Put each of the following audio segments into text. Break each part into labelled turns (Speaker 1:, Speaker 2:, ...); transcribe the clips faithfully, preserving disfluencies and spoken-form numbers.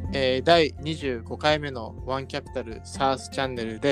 Speaker 1: えー、だいにじゅうごかいめのワンキャピタルサースチャンネルです。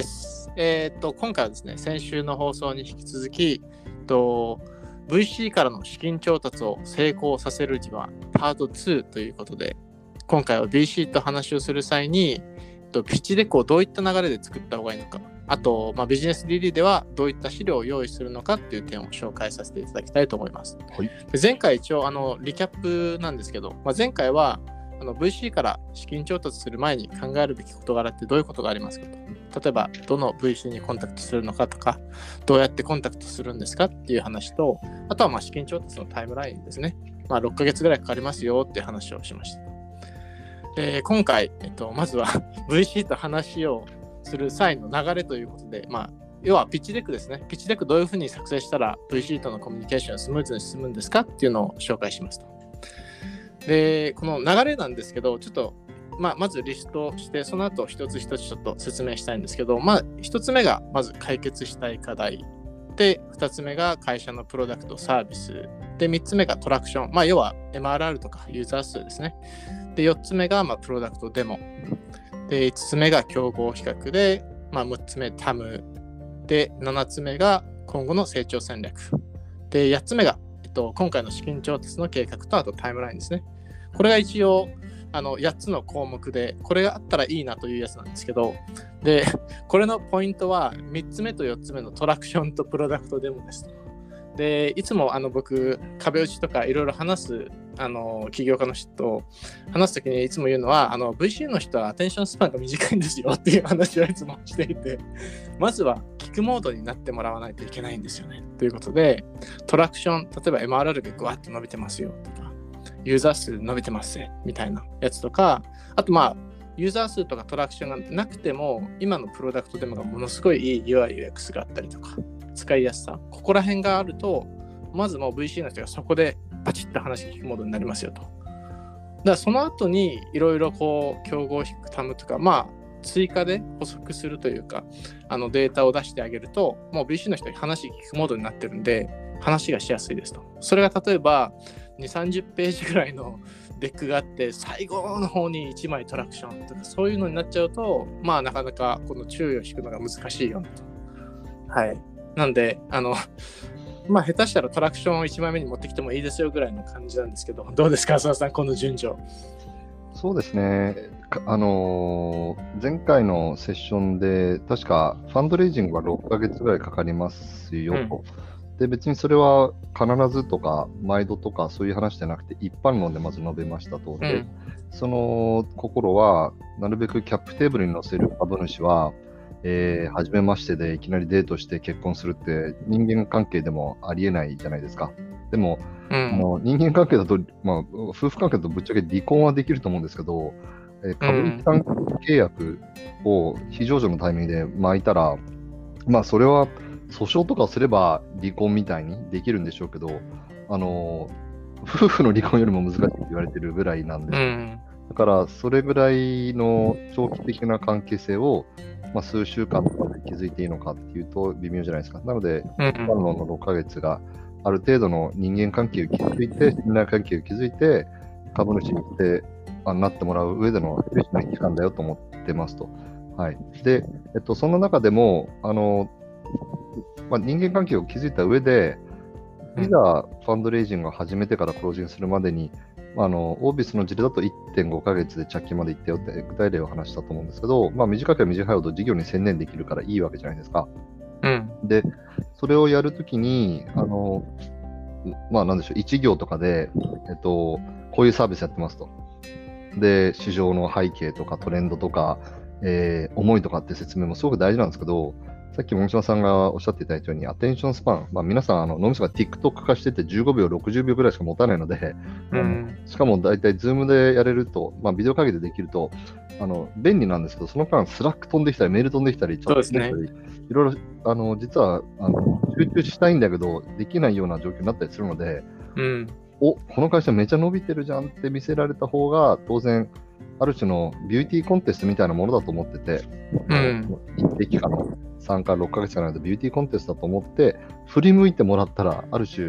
Speaker 1: えー、っと今回はですね、先週の放送に引き続き、と ブイシー からの資金調達を成功させるにはパートツーということで、今回は ビーシー と話をする際に、とピッチデックをどういった流れで作った方がいいのか、あと、まあ、ビジネス ディーディー ではどういった資料を用意するのかっていう点を紹介させていただきたいと思います。
Speaker 2: はい、
Speaker 1: で前回一応あのリキャップなんですけど、まあ、前回はあの ブイシー から資金調達する前に考えるべき事柄ってどういうことがありますかと。例えばどの ブイシー にコンタクトするのかとか、どうやってコンタクトするんですかっていう話と、あとはまあ資金調達のタイムラインですね。まあ、ろっかげつぐらいかかりますよっていう話をしました。で今回、えっと、まずはブイシー と話をする際の流れということで、まあ、要はピッチデックですね。ピッチデックどういうふうに作成したら ブイシー とのコミュニケーションがスムーズに進むんですかっていうのを紹介しますと。で、この流れなんですけど、ちょっと、まあ、まずリストして、その後一つ一つちょっと説明したいんですけど、まあ、一つ目がまず解決したい課題。で、二つ目が会社のプロダクト、サービス。で、三つ目がトラクション。まあ、要は エムアールアール とかユーザー数ですね。で、四つ目がまあプロダクトデモ。で、五つ目が競合比較で、まあ、六つ目 タム。で、七つ目が今後の成長戦略。で、八つ目が、えっと、今回の資金調達の計画と、あとタイムラインですね。これが一応、あの、やっつの項目で、これがあったらいいなというやつなんですけど、で、これのポイントは、みっつめとよっつめのトラクションとプロダクトデモですと。で、いつもあの僕、壁打ちとかいろいろ話す、あの、起業家の人と話すときにいつも言うのは、あの、ブイシー の人はアテンションスパンが短いんですよっていう話をいつもしていて、まずは聞くモードになってもらわないといけないんですよね。ということで、トラクション、例えば エムアールアール がグワッと伸びてますよとか、ユーザー数伸びてますねみたいなやつとか、あとまあ、ユーザー数とかトラクションがなくても、今のプロダクトデモがものすごいいい ユーアイユーエックス があったりとか、使いやすさ、ここら辺があると、まずもう ブイシー の人がそこでバチッと話聞くモードになりますよと。だからその後にいろいろこう競合比較タムとか、まあ追加で補足するというか、あのデータを出してあげると、もう ブイシー の人に話聞くモードになってるんで、話がしやすいですと。それが例えばにじゅう、さんじゅっページぐらいのデックがあって、最後の方にいちまいトラクションとかそういうのになっちゃうと、まあなかなかこの注意を引くのが難しいよねと。はい。なんで、あの、まあ下手したらトラクションをいちまいめに持ってきてもいいですよぐらいの感じなんですけど、どうですか、浅田さん、この順序。
Speaker 2: そうですね、あのー、前回のセッションで、確かファンドレイジングはろっかげつぐらいかかりますよと。うん、で、別にそれは必ずとか、毎度とかそういう話じゃなくて、一般論でまず述べましたと。で、うん、その心は、なるべくキャップテーブルに載せる株主は、えー、初めましてでいきなりデートして結婚するって人間関係でもありえないじゃないですか。でも、うん、あの人間関係だと、まあ、夫婦関係だとぶっちゃけ離婚はできると思うんですけど、えー、株主間契約を非常時のタイミングで巻いたら、まあそれは訴訟とかをすれば離婚みたいにできるんでしょうけど、あの夫婦の離婚よりも難しいと言われてるぐらいなんです。うん、だからそれぐらいの長期的な関係性をまあ、数週間とかで築いていいのかっていうと微妙じゃないですか。なので、一般論のろっかげつがある程度の人間関係を築いて、信頼関係を築いて、株主にしてあなってもらう上での有利な期間だよと思ってますと。はい。で、えっと、その中でも、あの、まあ、人間関係を築いた上で、いざファンドレイジングを始めてからクロージングするまでに、あのオービスの事例だと いってんご ヶ月で着金まで行ったよって具体例を話したと思うんですけど、まあ、短ければ短いほど事業に専念できるからいいわけじゃないですか。うん、で、それをやるときに、あの、まあなんでしょう、いち行とかで、えっと、こういうサービスやってますと。で、市場の背景とかトレンドとか、えー、思いとかって説明もすごく大事なんですけど、さっき大島さんがおっしゃっていただいたように、アテンションスパン、まあ、皆さん、あの脳みそが TikTok 化しててじゅうごびょう、ろくじゅうびょうぐらいしか持たないので、うん、しかも大体 Zoom でやれると、まあ、ビデオ会議でできると、あの便利なんですけど、その間、スラック飛んできたり、メール飛んできたり、チャット飛んできたり、ね、いろいろあの実はあの集中したいんだけど、できないような状況になったりするので、うん、おこの会社めちゃ伸びてるじゃんって見せられた方が、当然、ある種のビューティーコンテストみたいなものだと思ってて、うん、一定期間のさんからろっかげつかないとビューティーコンテストだと思って、振り向いてもらったら、ある種、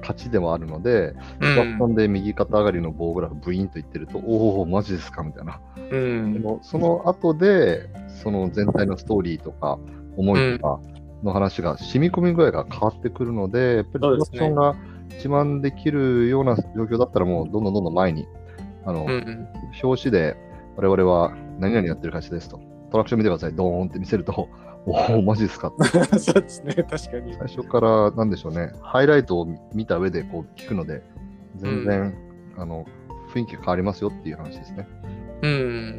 Speaker 2: 勝ちでもあるので、トラクションで右肩上がりの棒グラフブイーンと言ってると、おお、マジですかみたいな。
Speaker 1: うん、
Speaker 2: でもその後で、その全体のストーリーとか、思いとかの話が、染み込み具合が変わってくるので、やっぱりトラクションが一番できるような状況だったら、もうどんどんどんどん前に、あの、うんうん、表紙で、我々は何々やってる会社ですと、トラクション見てください、ドーンって見せると、おお、マジですかって
Speaker 1: そうですね、確かに。
Speaker 2: 最初から、なんでしょうね、ハイライトを見た上でこう聞くので、全然、うん、あの雰囲気が変わりますよっていう話ですね。
Speaker 1: うん、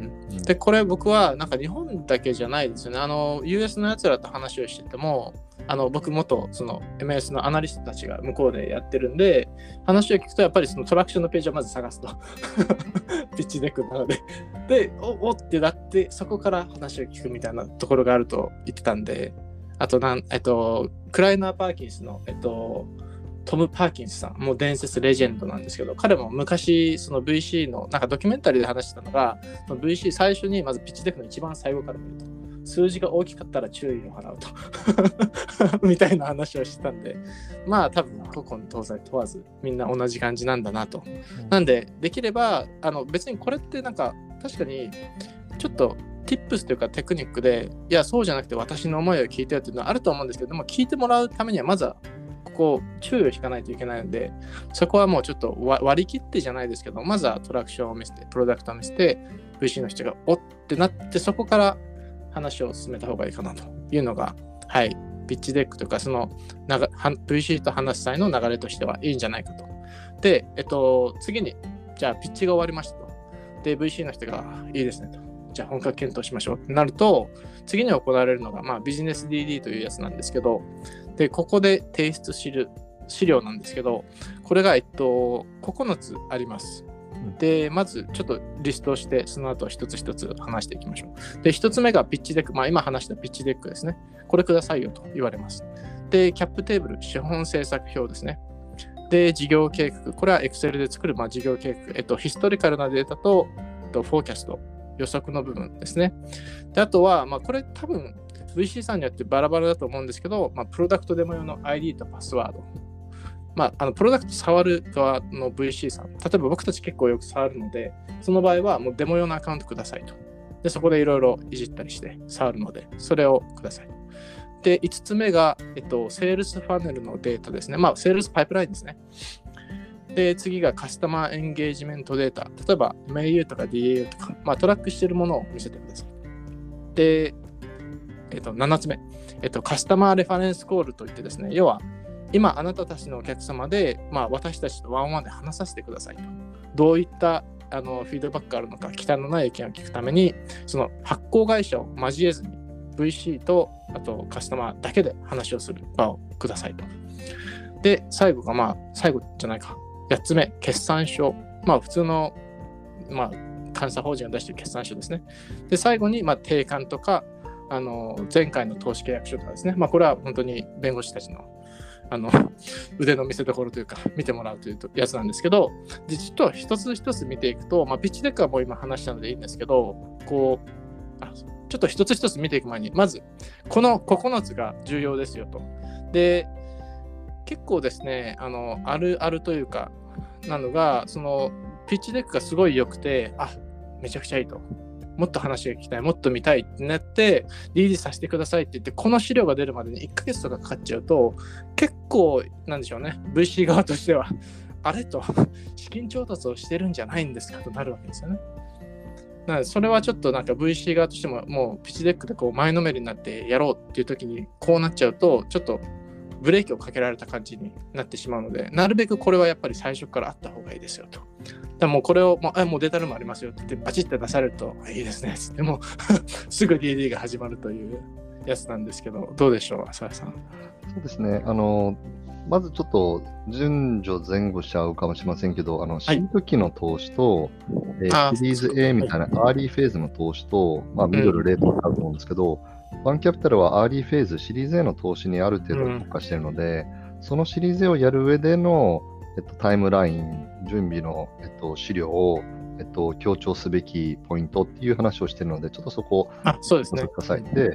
Speaker 1: でこれ僕はなんか日本だけじゃないですよね。あの ユーエス のやつらと話をしてても、あの僕元その エムエス のアナリストたちが向こうでやってるんで、話を聞くとやっぱりそのトラクションのページをまず探すとピッチデックの中ででおおってなって、そこから話を聞くみたいなところがあると言ってたんで、あとなんえっとクライナー・パーキンスのえっとトム・パーキンスさん、もう伝説レジェンドなんですけど、彼も昔その ブイシー のなんかドキュメンタリーで話してたのが、ブイシー 最初にまずピッチデックの一番最後から見ると、数字が大きかったら注意を払うとみたいな話をしてたんで、まあ多分古今東西問わずみんな同じ感じなんだなと。なんでできればあの別にこれってなんか確かにちょっとtips というかテクニックで、いやそうじゃなくて私の思いを聞いてよっていうのはあると思うんですけど、でも聞いてもらうためにはまずはこう注意を引かないといけないので、そこはもうちょっと割り切ってじゃないですけど、まずはトラクションを見せて、プロダクトを見せて、ブイシー の人がおってなって、そこから話を進めた方がいいかなというのが、はい、ピッチデックというか、その ブイシー と話す際の流れとしてはいいんじゃないかと。で、えっと、次に、じゃあピッチが終わりましたと。で、ブイシー の人がいいですねと。じゃあ本格検討しましょうってなると、次に行われるのが、まあ、ビジネス ディーディー というやつなんですけど、で、ここで提出する資料なんですけど、これが、えっと、ここのつあります。で、まずちょっとリストをして、その後一つ一つ話していきましょう。で、一つ目がピッチデック。まあ、今話したピッチデックですね。これくださいよと言われます。で、キャップテーブル、資本政策表ですね。で、事業計画。これは Excel で作る、まあ、事業計画。えっと、ヒストリカルなデータと、えっと、フォーキャスト、予測の部分ですね。で、あとは、まあ、これ多分、ブイシー さんによってバラバラだと思うんですけど、まあ、プロダクトデモ用の アイディー とパスワード。まあ、あのプロダクト触る側の ブイシー さん。例えば僕たち結構よく触るので、その場合はもうデモ用のアカウントくださいと。で、そこでいろいろいじったりして触るので、それをください。で、いつつめが、えっと、セールスファネルのデータですね。まあ、セールスパイプラインですね。で、次がカスタマーエンゲージメントデータ。例えば、エムエーユー とか ディーエーユー とか、まあ、トラックしているものを見せてください。で、えっと、ななつめ、えっと、カスタマーレファレンスコールといってですね、要は、今あなたたちのお客様で、まあ、私たちとワンオンワンで話させてくださいと。どういったあのフィードバックがあるのか、期待のない意見を聞くために、その発行会社を交えずに ブイシー とあとカスタマーだけで話をする場をくださいと。で、最後がまあ、最後じゃないか。やっつめ、決算書。まあ、普通の、まあ、監査法人が出している決算書ですね。で、最後に、まあ、定款とか、あの前回の投資契約書とかですね。まあ、これは本当に弁護士たちのあの腕の見せ所というか見てもらうというやつなんですけど、でちょっと一つ一つ見ていくと、まあ、ピッチデックはもう今話したのでいいんですけど、こうあちょっと一つ一つ見ていく前に、まずこのここのつが重要ですよと。で結構ですね、あのあるあるというかなのが、そのピッチデックがすごい良くて、あめちゃくちゃいいと。もっと話が聞きたい、もっと見たいってなって、リリースさせてくださいって言って、この資料が出るまでにいっかげつとかかかっちゃうと、結構、なんでしょうね、ブイシー 側としては、あれと、資金調達をしてるんじゃないんですかとなるわけですよね。なので、それはちょっとなんか ブイシー 側としても、もうピッチデックでこう前のめりになってやろうっていう時に、こうなっちゃうと、ちょっとブレーキをかけられた感じになってしまうので、なるべくこれはやっぱり最初からあった方がいいですよと。でもこれをもう、もうデータルームありますよって言ってバチッて出されるといいですねってもうすぐ ディーディー が始まるというやつなんですけど、どうでしょう浅谷さん。
Speaker 2: そうですね、あのまずちょっと順序前後しちゃうかもしれませんけど、あの新規期の投資と、はい、シリーズ A みたいなアーリーフェーズの投資と、まあ、ミドル、レートがあると思うんですけど、うん、ワンキャピタルはアーリーフェーズ、シリーズ A の投資にある程度特化しているので、うん、そのシリーズ A をやる上での、えっと、タイムライン、準備の、えっと、資料を、えっと、強調すべきポイントっていう話をしているので、ちょっとそこを
Speaker 1: あそうですね。
Speaker 2: ください。で、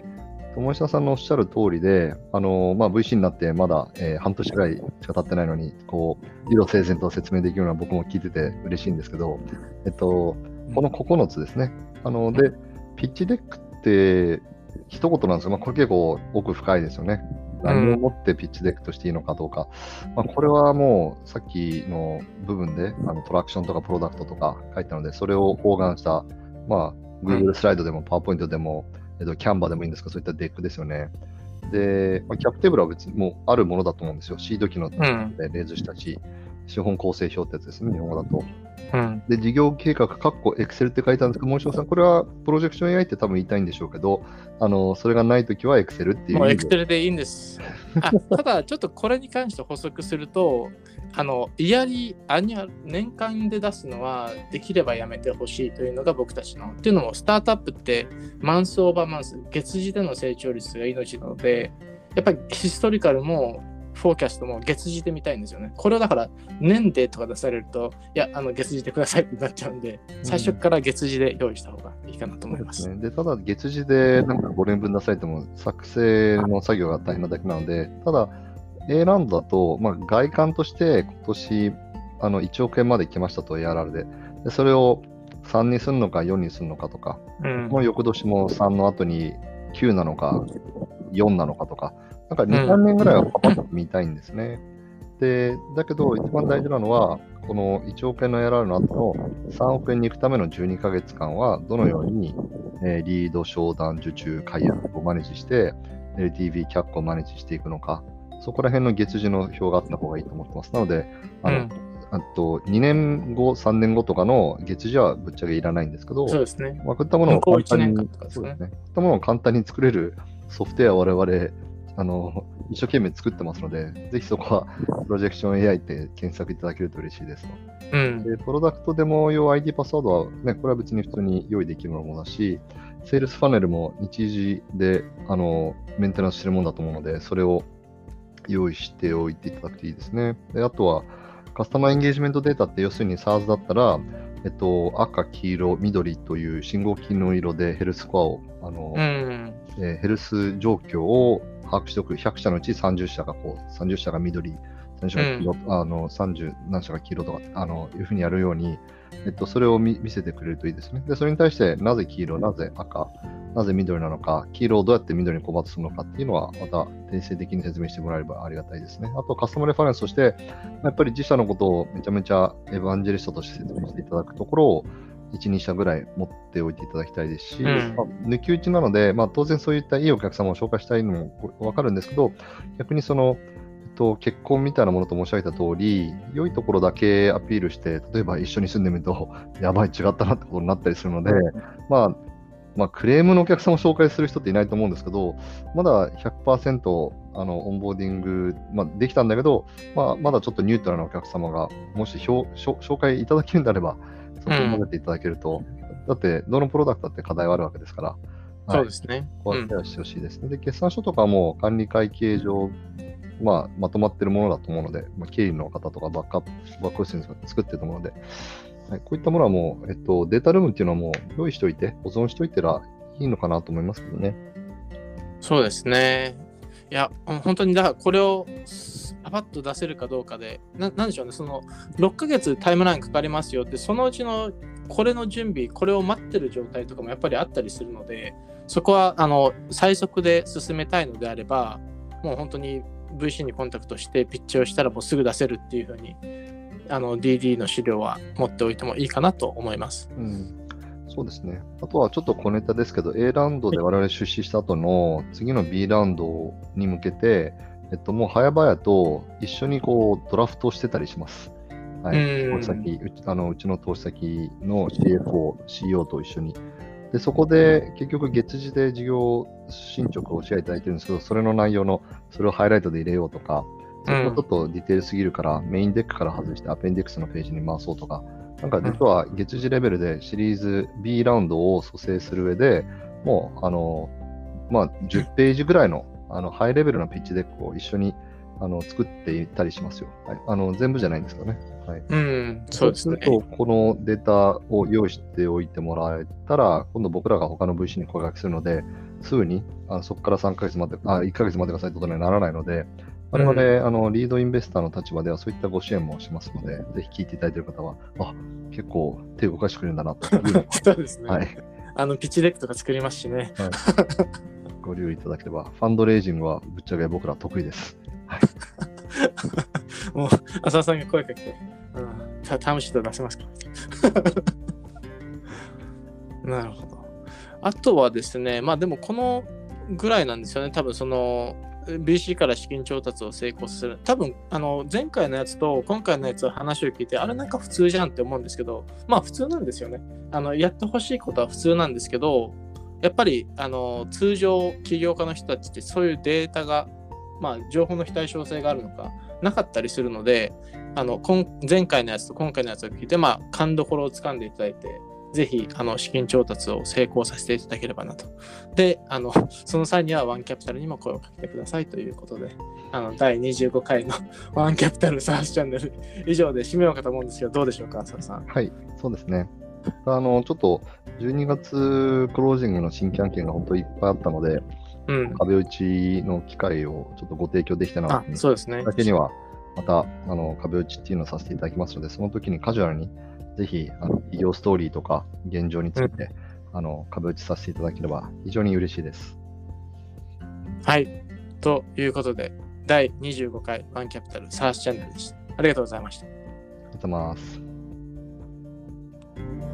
Speaker 2: 友下さんのおっしゃる通りで、あのまあ、ブイシー になってまだ、えー半年ぐらいしか経ってないのに、こう、理路整然と説明できるのは僕も聞いてて嬉しいんですけど、えっと、このここのつですね。あので、ピッチデックって一言なんですが、まあ、これ結構奥深いですよね。何をもってピッチデックとしていいのかどうか。まあ、これはもうさっきの部分であのトラクションとかプロダクトとか書いたので、それを包含した、まあ、Google スライドでも PowerPoint でも、えっと、Canva でもいいんですが、そういったデックですよね。で、まあ、キャプテーブルは別にもうあるものだと思うんですよ。シード機能で例図したし、資本構成表ってやつですね、日本語だと。うん、で、事業計画、カッコ Excel って書いたんですけど、森下さん、これはプロジェクション エーアイ って多分言いたいんでしょうけど、あのそれがないときは Excel っていう。
Speaker 1: もう Excel でいいんです。あただ、ちょっとこれに関して補足すると、あのイヤリー、アニュアル、年間で出すのはできればやめてほしいというのが僕たちの。っていうのも、スタートアップってマンスオーバーマンス、月次での成長率が命なので、やっぱりヒストリカルもフォーキャストも月次で見たいんですよね。これをだから年でとか出されると、いや、あの月次でくださいってなっちゃうんで、最初から月次で用意した方がいいかなと思います。
Speaker 2: うん、で、ね、ただ月次でなんかごねんぶん出されても作成の作業が大変なだけなので、ただ A ランドだと、まあ、外観として今年あのいちおくえんまで来ましたと エーアールアール で。で、それをさんにするのかよんにするのかとか、うん、この翌年もさんの後にきゅうなのかよんなのかとか、なんかに、さんねんぐらいはパパッと見たいんですね。で、だけど一番大事なのは、このいちおくえんの エーアールアール の後のさんおくえんに行くためのじゅうにかげつかんは、どのように、えー、リード、商談、受注、解約をマネージして、エルティーブイ、キャックをマネージしていくのか、そこら辺の月次の表があった方がいいと思ってます。なので、あの、うん、あとにねんご、さんねんごとかの月次はぶっちゃけいらないんですけど、
Speaker 1: そうですね。
Speaker 2: まあ、こういったものを簡単に、そうですね。こういったものを簡単に作れるソフトウェアを我々、あの一生懸命作ってますので、ぜひそこはプロジェクション エーアイ って検索いただけると嬉しいですと。うん、でプロダクトでも用 アイディー パスワードは、ね、これは別に普通に用意できるものだし、セールスファネルも日時であのメンテナンスしてるものだと思うので、それを用意しておいていただくといいですね。であとは、カスタマーエンゲージメントデータって要するに SaaS だったら、えっと、赤、黄色、緑という信号機の色でヘルスコアを、あの、うん、えー、ヘルス状況を把握しておく。ひゃく社のうちさんじゅっ社がこう、さんじゅっ社が緑、さんじゅっ社が黄色、うん、あのさんじゅう何社が黄色とか、あのいうふうにやるように、えっと、それを 見, 見せてくれるといいですね。で、それに対して、なぜ黄色、なぜ赤、なぜ緑なのか、黄色をどうやって緑にコバートするのかっていうのは、また定性的に説明してもらえればありがたいですね。あと、カスタマーレファレンスとして、やっぱり自社のことをめちゃめちゃエヴァンジェリストとして説明していただくところを、いち、に社ぐらい持っておいていただきたいですし、うん、まあ、抜き打ちなので、まあ、当然そういったいいお客様を紹介したいのもわかるんですけど、逆にその、えっと、結婚みたいなものと申し上げた通り、良いところだけアピールして、例えば一緒に住んでみると、やばい、違ったなってことになったりするので、まあ、まあ、クレームのお客様を紹介する人っていないと思うんですけど、まだ ひゃくパーセント あのオンボーディング、まあ、できたんだけど、まあ、まだちょっとニュートラルなお客様が、もし紹介いただけるんであれば、そこを混ぜていただけると、うん、だって、どのプロダクトだって課題はあるわけですから、
Speaker 1: はい、そうですね。
Speaker 2: ここはケアしてほしいですね。うん、で、決算書とかも管理会計上、まあ、まとまっているものだと思うので、まあ、経理の方とかバックアップ、バックオフィスに作っていると思うので、はい、こういったものはもう、えっと、データルームっていうのはもう用意しておいて、保存しておいてらいいのかなと思いますけどね。
Speaker 1: そうですね。いや、本当にだからこれをパパッと出せるかどうかで、な、なんでしょうね、そのろっかげつタイムラインかかりますよって、そのうちのこれの準備、これを待ってる状態とかもやっぱりあったりするので、そこはあの最速で進めたいのであれば、もう本当に ブイシー にコンタクトしてピッチをしたらもうすぐ出せるっていう風に、あの ディーディー の資料は持っておいてもいいかなと思います。
Speaker 2: うん、そうですね。あとはちょっと小ネタですけど、A ラウンドで我々出資した後の次の B ラウンドに向けて、えっと、もう早々と一緒にこうドラフトしてたりします。はい、投資先うちあのうちの投資先の シーエフオー、シーイーオー と一緒に。で、そこで結局月次で事業進捗をお教えいただいてるんですけど、それの内容の、それをハイライトで入れようとか、それもちょっとディテールすぎるから、メインデックから外してアペンディクスのページに回そうとか、なんか実は月次レベルでシリーズ B ラウンドを蘇生する上で、もう、あの、まあ、じゅうページぐらいの、あのハイレベルなピッチデックを一緒にあの作っていったりしますよ。はい、あの全部じゃないんですけどね。はい、
Speaker 1: うん、そうですね。
Speaker 2: そうすると、このデータを用意しておいてもらえたら、今度僕らが他の ブイシー に声掛けするので、 すぐにあのそこからさんかげつ待って、あ、いっかげつ待ってくださいということにはならないので、我々、うん、あのリードインベスターの立場ではそういったご支援もしますので、ぜひ聞いていただいている方は、あ、結構手を動かしてくれるんだなという。
Speaker 1: そうですね。
Speaker 2: はい。
Speaker 1: あのピッチデックとか作りますしね。はい、
Speaker 2: ご留意いただければ、ファンドレイジングはぶっちゃけ僕ら得意です。はい、
Speaker 1: もう、浅田さんが声かけて、うん、たタームシート出せますかなるほど。あとはですね、まあでもこのぐらいなんですよね。多分その ブイシー から資金調達を成功する。多分あの前回のやつと今回のやつの話を聞いて、あれなんか普通じゃんって思うんですけど、まあ普通なんですよね。あのやってほしいことは普通なんですけど、やっぱりあの通常起業家の人たちってそういうデータが、まあ情報の非対称性があるのかなかったりするので、あの前回のやつと今回のやつを聞いて、まあ勘どころをつかんでいただいて、ぜひあの資金調達を成功させていただければなと。で、あのその際にはワンキャピタルにも声をかけてくださいということで、あのだいにじゅうごかいのワンキャピタルサーチチャンネル以上で締めようかと思うんですけど、どうでしょうか、浅田さん。
Speaker 2: はい、そうですね。あのちょっとじゅうにがつクロージングの新規案件が本当にいっぱいあったので、うん、壁打ちの機会をちょっとご提供できたなと。
Speaker 1: そうですね。
Speaker 2: だけにはまたあの壁打ちっていうのをさせていただきますので、その時にカジュアルにぜひあの企業ストーリーとか現状について、うん、あの壁打ちさせていただければ非常に嬉しいです。
Speaker 1: はい。ということで、だいにじゅうごかいワンキャピタルサーチチャンネルでした。ありがとうございました。
Speaker 2: ありがとうございます。